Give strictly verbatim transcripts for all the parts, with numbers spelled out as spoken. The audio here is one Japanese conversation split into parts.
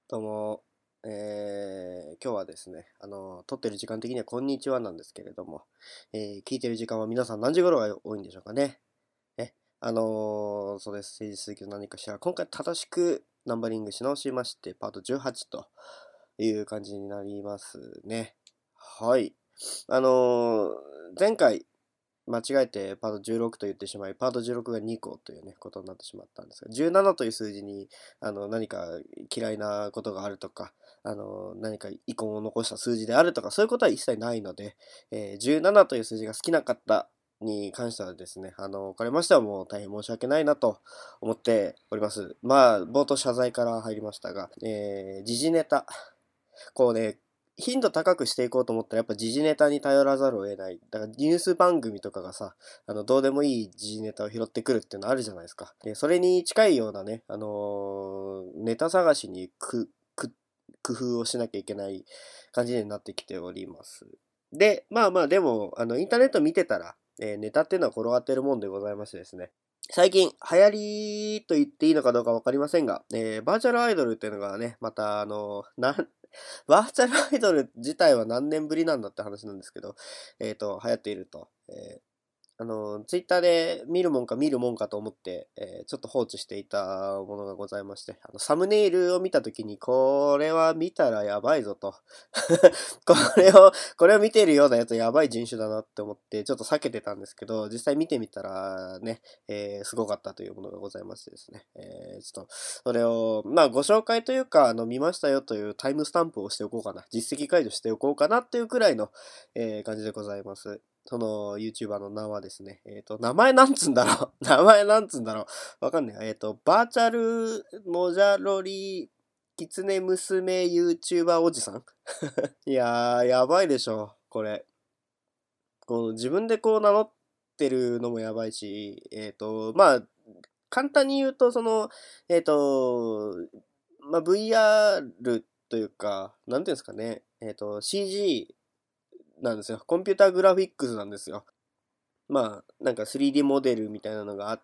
どうも、えー今日はですね、あの、撮ってる時間的にはこんにちはなんですけれども、えー聞いてる時間は皆さん何時頃が多いんでしょうかね。え、あのーそうです。政治続きの何かしら、今回正しくナンバリングし直しまして、パートじゅうはちという感じになりますね。はい。あのー前回、間違えてパートじゅうろくと言ってしまい、パートじゅうろくがにこというね、ことになってしまったんですが、じゅうななという数字に、あの、何か嫌いなことがあるとか、あの、何か遺恨を残した数字であるとか、そういうことは一切ないので、えーじゅうななという数字が好きな方に関してはですね、あの、これましてはもう大変申し訳ないなと思っております。まあ、冒頭謝罪から入りましたが、えー、時事ネタ。こうね、頻度高くしていこうと思ったらやっぱ時事ネタに頼らざるを得ない。だからニュース番組とかがさ、あの、どうでもいい時事ネタを拾ってくるっていうのあるじゃないですか。で、それに近いようなね、あのーネタ探しにく、く、工夫をしなきゃいけない感じになってきております。で、まあまあでも、あの、インターネット見てたら、えーネタっていうのは転がってるもんでございましてですね。最近、流行りと言っていいのかどうかわかりませんが、えーバーチャルアイドルっていうのがね、また、あの、な、バーチャルアイドル自体は何年ぶりなんだって話なんですけど、えっと、流行っていると。えーあの、ツイッターで見るもんか見るもんかと思って、えーちょっと放置していたものがございまして、あの、サムネイルを見たときに、これは見たらやばいぞと。これを、これを見てるようなやつやばい人種だなって思って、ちょっと避けてたんですけど、実際見てみたらね、えーすごかったというものがございましてですね。えーちょっと、それを、まあ、ご紹介というか、あの、見ましたよというタイムスタンプをしておこうかな。実績解除しておこうかなっていうくらいの、えー感じでございます。その YouTuber の名はですね、えっと、名前なんつうんだろう名前なんつうんだろうわかんない。えっと、バーチャルモジャロリキツネ娘 YouTuber おじさんいやー、やばいでしょ、これ。こう自分でこう名乗ってるのもやばいし、えっと、まあ、簡単に言うと、その、えっと、まあ、ブイアール というか、なんていうんですかね、えっと、シージー なんですよ。コンピューターグラフィックスなんですよ。まあ、なんか スリーディー モデルみたいなのがあって、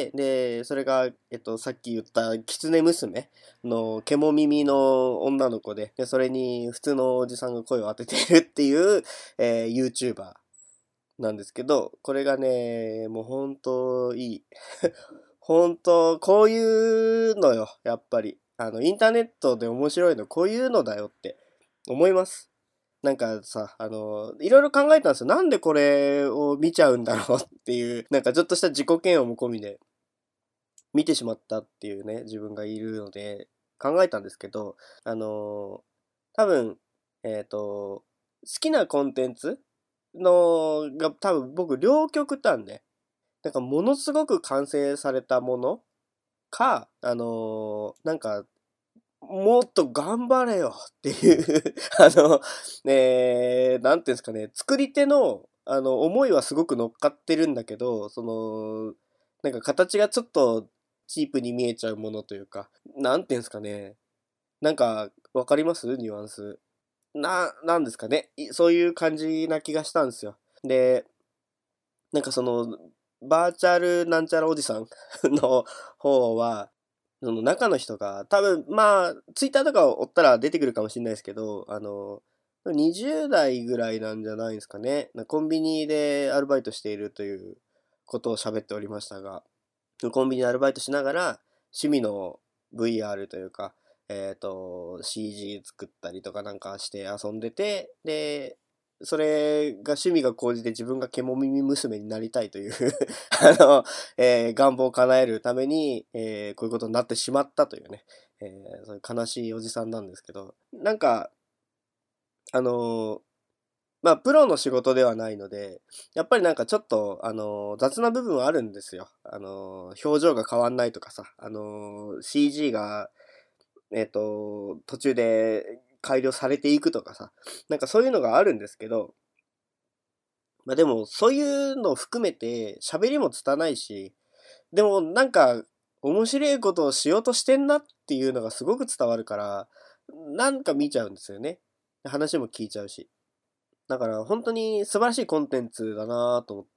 で、それが、えっと、さっき言ったキツネ娘の獣耳の女の子で、で、それに普通のおじさんが声を当ててるっていう、えー YouTuber なんですけど、これがね、もうほんといい。ほんと、こういうのよ、やっぱり。あの、インターネットで面白いの、こういうのだよって思います。なんかさ、あの、いろいろ考えたんですよ。なんでこれを見ちゃうんだろうっていう、なんかちょっとした自己嫌悪も込みで見てしまったっていうね、自分がいるので考えたんですけど、あの、多分、えっと、好きなコンテンツのが多分僕両極端で、なんかものすごく完成されたものか、あの、なんかもっと頑張れよっていうあの、えー、なんていうんですかね、作り手の、あの、思いはすごく乗っかってるんだけど、その、なんか形がちょっとチープに見えちゃうものというか、なんていうんですかね、なんか、わかりますニュアンス。な、なんですかね。いそういう感じな気がしたんですよ。で、なんかその、バーチャルなんちゃらおじさんの方は、その中の人が、多分、まあ、ツイッターとかを追ったら出てくるかもしれないですけど、あの、にじゅう代ぐらいなんじゃないですかね。コンビニでアルバイトしているということを喋っておりましたが、コンビニでアルバイトしながら、趣味の ブイアール というか、えっと、シージー 作ったりとかなんかして遊んでて、で、それが趣味が高じて自分が獣耳娘になりたいというあの、えー願望を叶えるために、えーこういうことになってしまったというね、えーそういう悲しいおじさんなんですけど、なんか、あのーまあ、プロの仕事ではないので、やっぱりなんかちょっと、あのー雑な部分はあるんですよ。あのー表情が変わんないとかさ、あのー シージー が、えっと、途中で改良されていくとかさ、なんかそういうのがあるんですけど、まあでも、そういうのを含めて、喋りも拙いし、でもなんか、面白いことをしようとしてんなっていうのがすごく伝わるから、なんか見ちゃうんですよね。話も聞いちゃうし。だから本当に素晴らしいコンテンツだなと思って。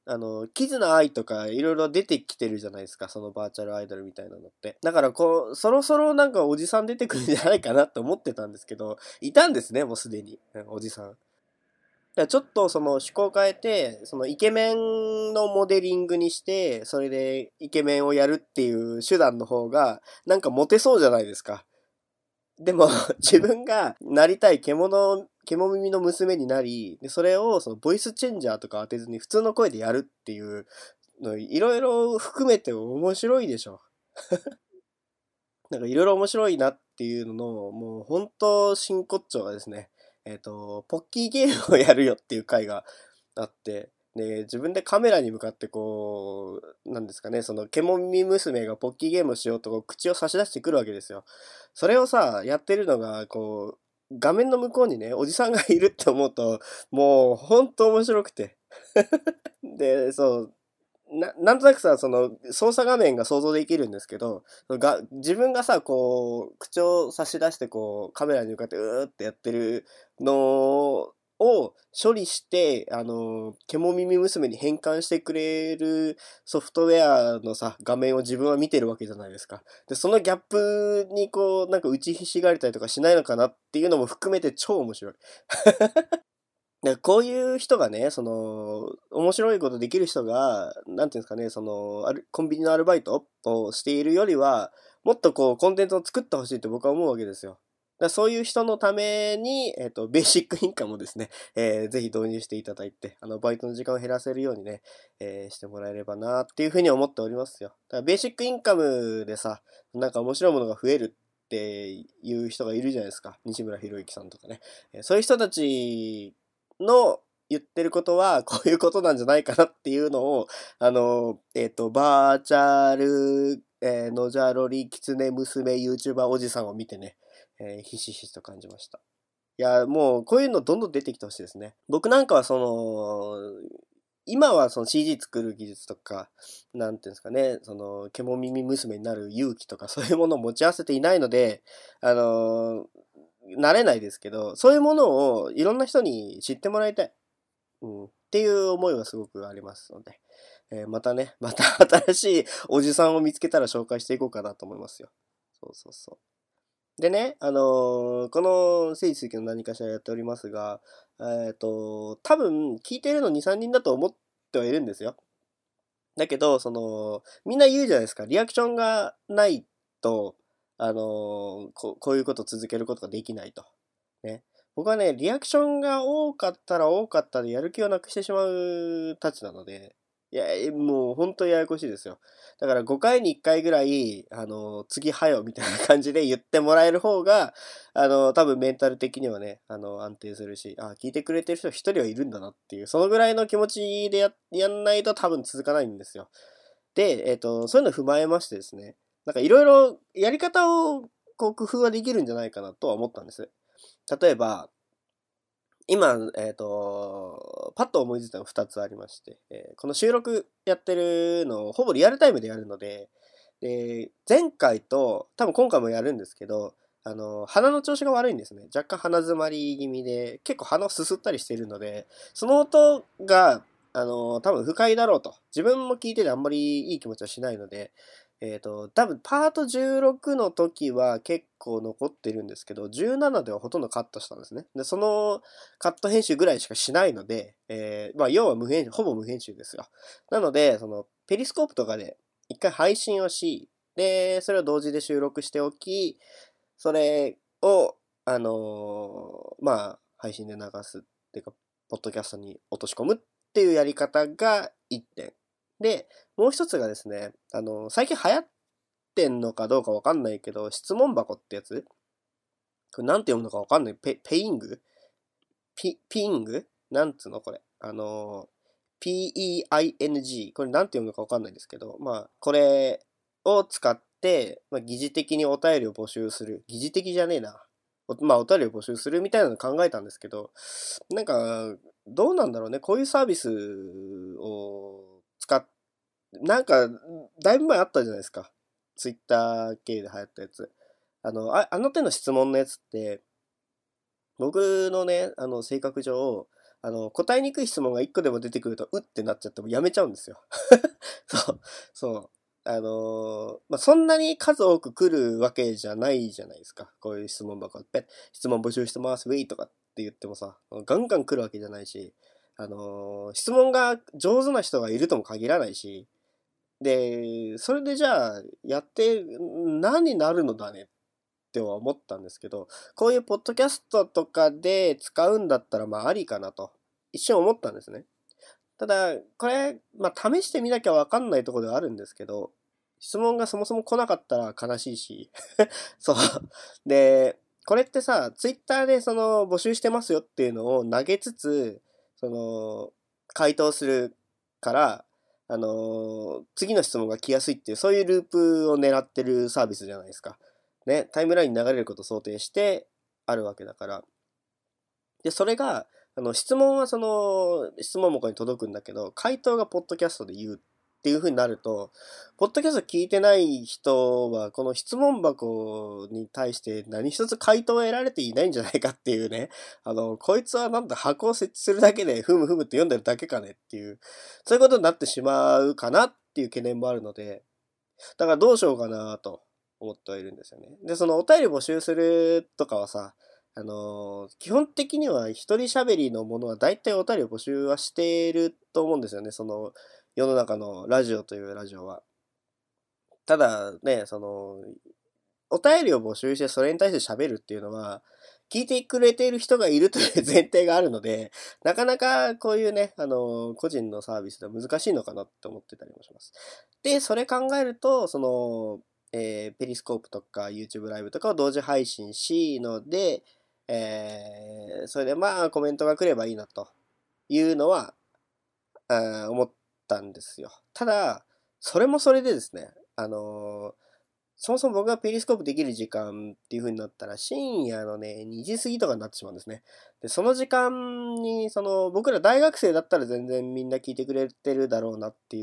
あの、キズナアイとかいろいろ出てきてるじゃないですか、そのバーチャルアイドルみたいなのって。だからこう、そろそろなんかおじさん出てくるんじゃないかなって思ってたんですけど、いたんですね、もうすでに、おじさん。だからちょっとその趣向を変えて、そのイケメンのモデリングにして、それでイケメンをやるっていう手段の方が、なんかモテそうじゃないですか。でも、自分がなりたい獣、獣耳の娘になり、でそれをそのボイスチェンジャーとか当てずに普通の声でやるっていうの、いろいろ含めて面白いでしょ。なんかいろいろ面白いなっていうのの、もう本当真骨頂がですね、えっと、ポッキーゲームをやるよっていう回があって、で、自分でカメラに向かってこう、なんですかね、その、ケモミ娘がポッキーゲームをしようとこう口を差し出してくるわけですよ。それをさ、やってるのが、こう、画面の向こうにね、おじさんがいるって思うと、もう、ほんと面白くて。で、そう、な、なんとなくさ、その、操作画面が想像できるんですけど、が、自分がさ、こう、口を差し出して、こう、カメラに向かって、うーってやってるのを処理して、あの、ケモ耳娘に変換してくれるソフトウェアのさ、画面を自分は見てるわけじゃないですか。で、そのギャップにこう、なんか打ちひしがれたりとかしないのかなっていうのも含めて超面白い。で、こういう人がね、その、面白いことできる人が、なんていうんですかね、その、ある、コンビニのアルバイトをしているよりは、もっとこう、コンテンツを作ってほしいと僕は思うわけですよ。だからそういう人のために、えっと、ベーシックインカムをですね、えーぜひ導入していただいて、あの、バイトの時間を減らせるようにね、えーしてもらえればなっていうふうに思っておりますよ。だからベーシックインカムでさ、なんか面白いものが増えるっていう人がいるじゃないですか。西村博之さんとかね。えーそういう人たちの言ってることはこういうことなんじゃないかなっていうのを、あの、えっと、バーチャル、えー、のじゃろり、きつね娘、YouTuber おじさんを見てね、えーひしひしと感じました。いや、もう、こういうのどんどん出てきてほしいですね。僕なんかはその、今はその シージー 作る技術とか、なんていうんですかね、その、獣耳娘になる勇気とかそういうものを持ち合わせていないので、あのなれないですけど、そういうものをいろんな人に知ってもらいたい。うん。っていう思いはすごくありますので、えーまたね、また新しいおじさんを見つけたら紹介していこうかなと思いますよ。そうそうそう。でね、あのーこの聖地水の何かしらやっておりますが、えっと、多分聞いてるのに、さんにんだと思ってはいるんですよ。だけど、その、みんな言うじゃないですか。リアクションがないと、あのーこ、こういうことを続けることができないと。ね。僕はね、リアクションが多かったら多かったでやる気をなくしてしまうたちなので、いや、もう本当にややこしいですよ。だからごかいにいっかいぐらい、あの、次はよみたいな感じで言ってもらえる方が、あの、多分メンタル的にはね、あの、安定するし、あ、聞いてくれてる人一人はいるんだなっていう、そのぐらいの気持ちでや、やんないと多分続かないんですよ。で、えっと、そういうのを踏まえましてですね、なんかいろいろやり方をこう工夫はできるんじゃないかなとは思ったんです。例えば、今、えっと、パッと思いついたのふたつありまして、えーこの収録やってるのをほぼリアルタイムでやるので、で、前回と多分今回もやるんですけど、あの、鼻の調子が悪いんですね。若干鼻詰まり気味で、結構鼻をすすったりしているので、その音が、あの、多分不快だろうと。自分も聞いててあんまりいい気持ちはしないので、えっと、多分パートじゅうろくの時は結構残ってるんですけど、じゅうななではほとんどカットしたんですね。で、そのカット編集ぐらいしかしないので、えー、まあ、要は無編集、ほぼ無編集ですよ。なので、その、ペリスコープとかで一回配信をし、で、それを同時で収録しておき、それを、あのーまあ、配信で流すっていうか、ポッドキャストに落とし込むっていうやり方がいってん。で、もう一つがですね、あのー最近流行ってんのかどうかわかんないけど、質問箱ってやつこれなんて読むのかわかんない。ペ、ペイングピ、ピングなんつうのこれ。あのー、ピーイーアイエヌジー。これなんて読むのかわかんないですけど、まあ、これを使って、まあ、疑似的にお便りを募集する。疑似的じゃねえな。おまあ、お便りを募集するみたいなの考えたんですけど、なんか、どうなんだろうね。こういうサービスを使っ、なんか、だいぶ前あったじゃないですか。ツイッター系で流行ったやつ。あの、あ、あの手の質問のやつって、僕のね、あの、性格上、 あの、答えにくい質問がいっこでも出てくると、うってなっちゃってもやめちゃうんですよ。そう、そう。あのーまあ、そんなに数多く来るわけじゃないじゃないですか。こういう質問箱、ペッ、質問募集してます、ウェイとかって言ってもさ、ガンガン来るわけじゃないし、あのー質問が上手な人がいるとも限らないし、で、それでじゃあ、やって何になるのだねっては思ったんですけど、こういうポッドキャストとかで使うんだったらまあありかなと、一瞬思ったんですね。ただ、これ、まあ試してみなきゃわかんないところではあるんですけど、質問がそもそも来なかったら悲しいし、そう。で、これってさ、ツイッターでその募集してますよっていうのを投げつつ、その、回答するから、あのー次の質問が来やすいっていう、そういうループを狙ってるサービスじゃないですか。ね、タイムラインに流れることを想定してあるわけだから。で、それが、あの、質問はその、質問箱に届くんだけど、回答がポッドキャストで言うっていう風になると、ポッドキャスト聞いてない人は、この質問箱に対して何一つ回答を得られていないんじゃないかっていうね。あの、こいつはなんだ箱を設置するだけで、ふむふむって読んでるだけかねっていう、そういうことになってしまうかなっていう懸念もあるので、だからどうしようかなと思ってはいるんですよね。で、そのお便り募集するとかはさ、あのー基本的には一人喋りのものは大体お便りを募集はしていると思うんですよね。その世の中のラジオというラジオは。ただね、その、お便りを募集してそれに対して喋るっていうのは、聞いてくれている人がいるという前提があるので、なかなかこういうね、あの、個人のサービスでは難しいのかなって思ってたりもします。で、それ考えると、その、えーペリスコープとか YouTube ライブとかを同時配信しので、えーそれでまあコメントが来ればいいなというのは、あー思ったんですよ。ただ、それもそれでですね、あのーそもそも僕がペリスコープできる時間っていう風になったら深夜のね、にじ過ぎとかになってしまうんですね。で、その時間に、その、僕ら大学生だったら全然みんな聞いてくれてるだろうなっていう、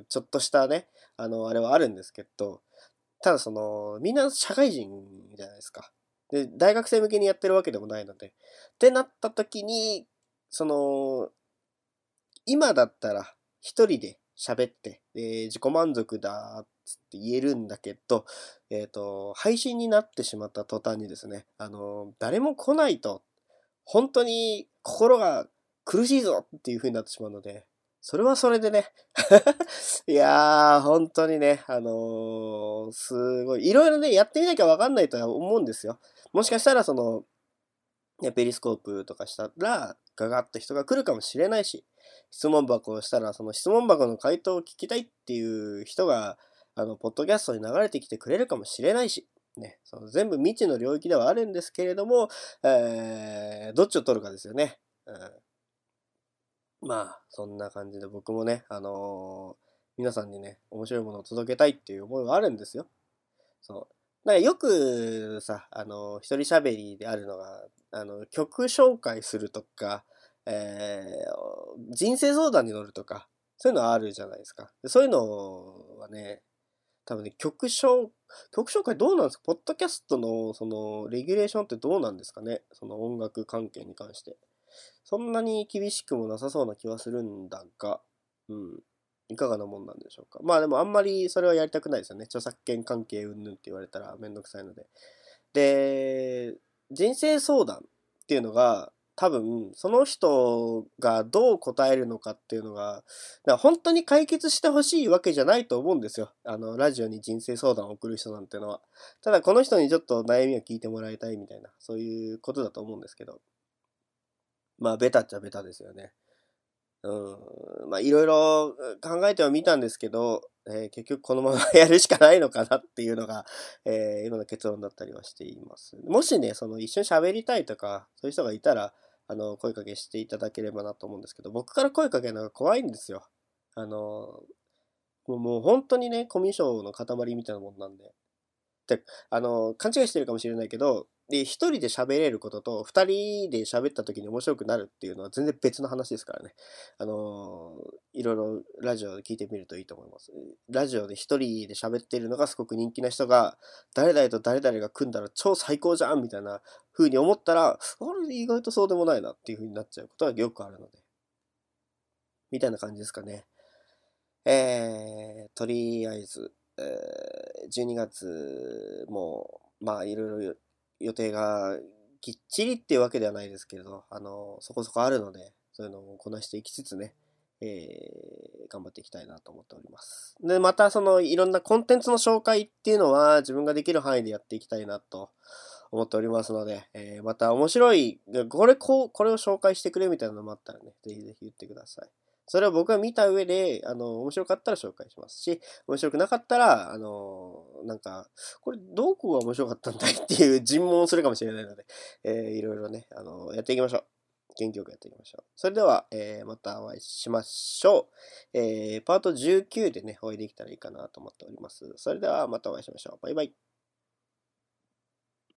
ちょっとしたね、あの、あれはあるんですけど、ただその、みんな社会人じゃないですか。で、大学生向けにやってるわけでもないので。ってなった時に、その、今だったら一人で喋って、えー自己満足だっつって言えるんだけど、えっと、配信になってしまった途端にですね、あの、誰も来ないと、本当に心が苦しいぞっていう風になってしまうので、それはそれでね、いやー、本当にね、あのーすごい、いろいろね、やってみなきゃわかんないとは思うんですよ。もしかしたら、その、ね、ペリスコープとかしたら、ガガッと人が来るかもしれないし、質問箱をしたら、その質問箱の回答を聞きたいっていう人が、あの、ポッドキャストに流れてきてくれるかもしれないし、ね、その全部未知の領域ではあるんですけれども、えー、どっちを取るかですよね。うん、まあ、そんな感じで僕もね、あのー皆さんにね、面白いものを届けたいっていう思いはあるんですよ。そう。だからよくさ、あの、一人喋りであるのが、あの、曲紹介するとか、えー人生相談に乗るとか、そういうのはあるじゃないですか。でそういうのはね、多分ね、曲紹、曲紹介どうなんですか？ポッドキャストの、その、レギュレーションってどうなんですかね？その音楽関係に関して。そんなに厳しくもなさそうな気はするんだが、うん。いかがなもんなんでしょうか。まあでもあんまりそれはやりたくないですよね。著作権関係云々って言われたらめんどくさいので。で、人生相談っていうのが、多分、その人がどう答えるのかっていうのが、だから本当に解決してほしいわけじゃないと思うんですよ。あの、ラジオに人生相談を送る人なんてのは。ただ、この人にちょっと悩みを聞いてもらいたいみたいな、そういうことだと思うんですけど。まあ、ベタっちゃベタですよね。うん、まあ、いろいろ考えてはみたんですけど、えー結局このままやるしかないのかなっていうのが、えー今の結論だったりはしています。もしね、その一緒に喋りたいとか、そういう人がいたら、あの、声かけしていただければなと思うんですけど、僕から声かけるのが怖いんですよ。あの、もうもう本当にね、コミュ障の塊みたいなもんなんで。で、あの、勘違いしてるかもしれないけど、 で、一人で喋れることと、二人で喋った時に面白くなるっていうのは全然別の話ですからね。あのーいろいろラジオで聞いてみるといいと思います。ラジオで一人で喋ってるのがすごく人気な人が、誰々と誰々が組んだら超最高じゃんみたいな風に思ったら、あれ意外とそうでもないなっていう風になっちゃうことがよくあるので。みたいな感じですかね。えー、とりあえず、えー、じゅうにがつも、まあいろいろ予定がきっちりっていうわけではないですけれど、あの、そこそこあるので、そういうのをこなしていきつつね、えー、頑張っていきたいなと思っております。で、またそのいろんなコンテンツの紹介っていうのは自分ができる範囲でやっていきたいなと思っておりますので、えー、また面白い、これ、こう、これを紹介してくれみたいなのもあったらね、ぜひぜひ言ってください。それを僕が見た上で、あの、面白かったら紹介しますし、面白くなかったら、あの、なんか、これどこが面白かったんだいっていう尋問をするかもしれないので、えー、いろいろね、あの、やっていきましょう。元気よくやっていきましょう。それでは、えー、またお会いしましょう。えー、パートじゅうきゅうでね、お会いできたらいいかなと思っております。それではまたお会いしましょう。バイバイ。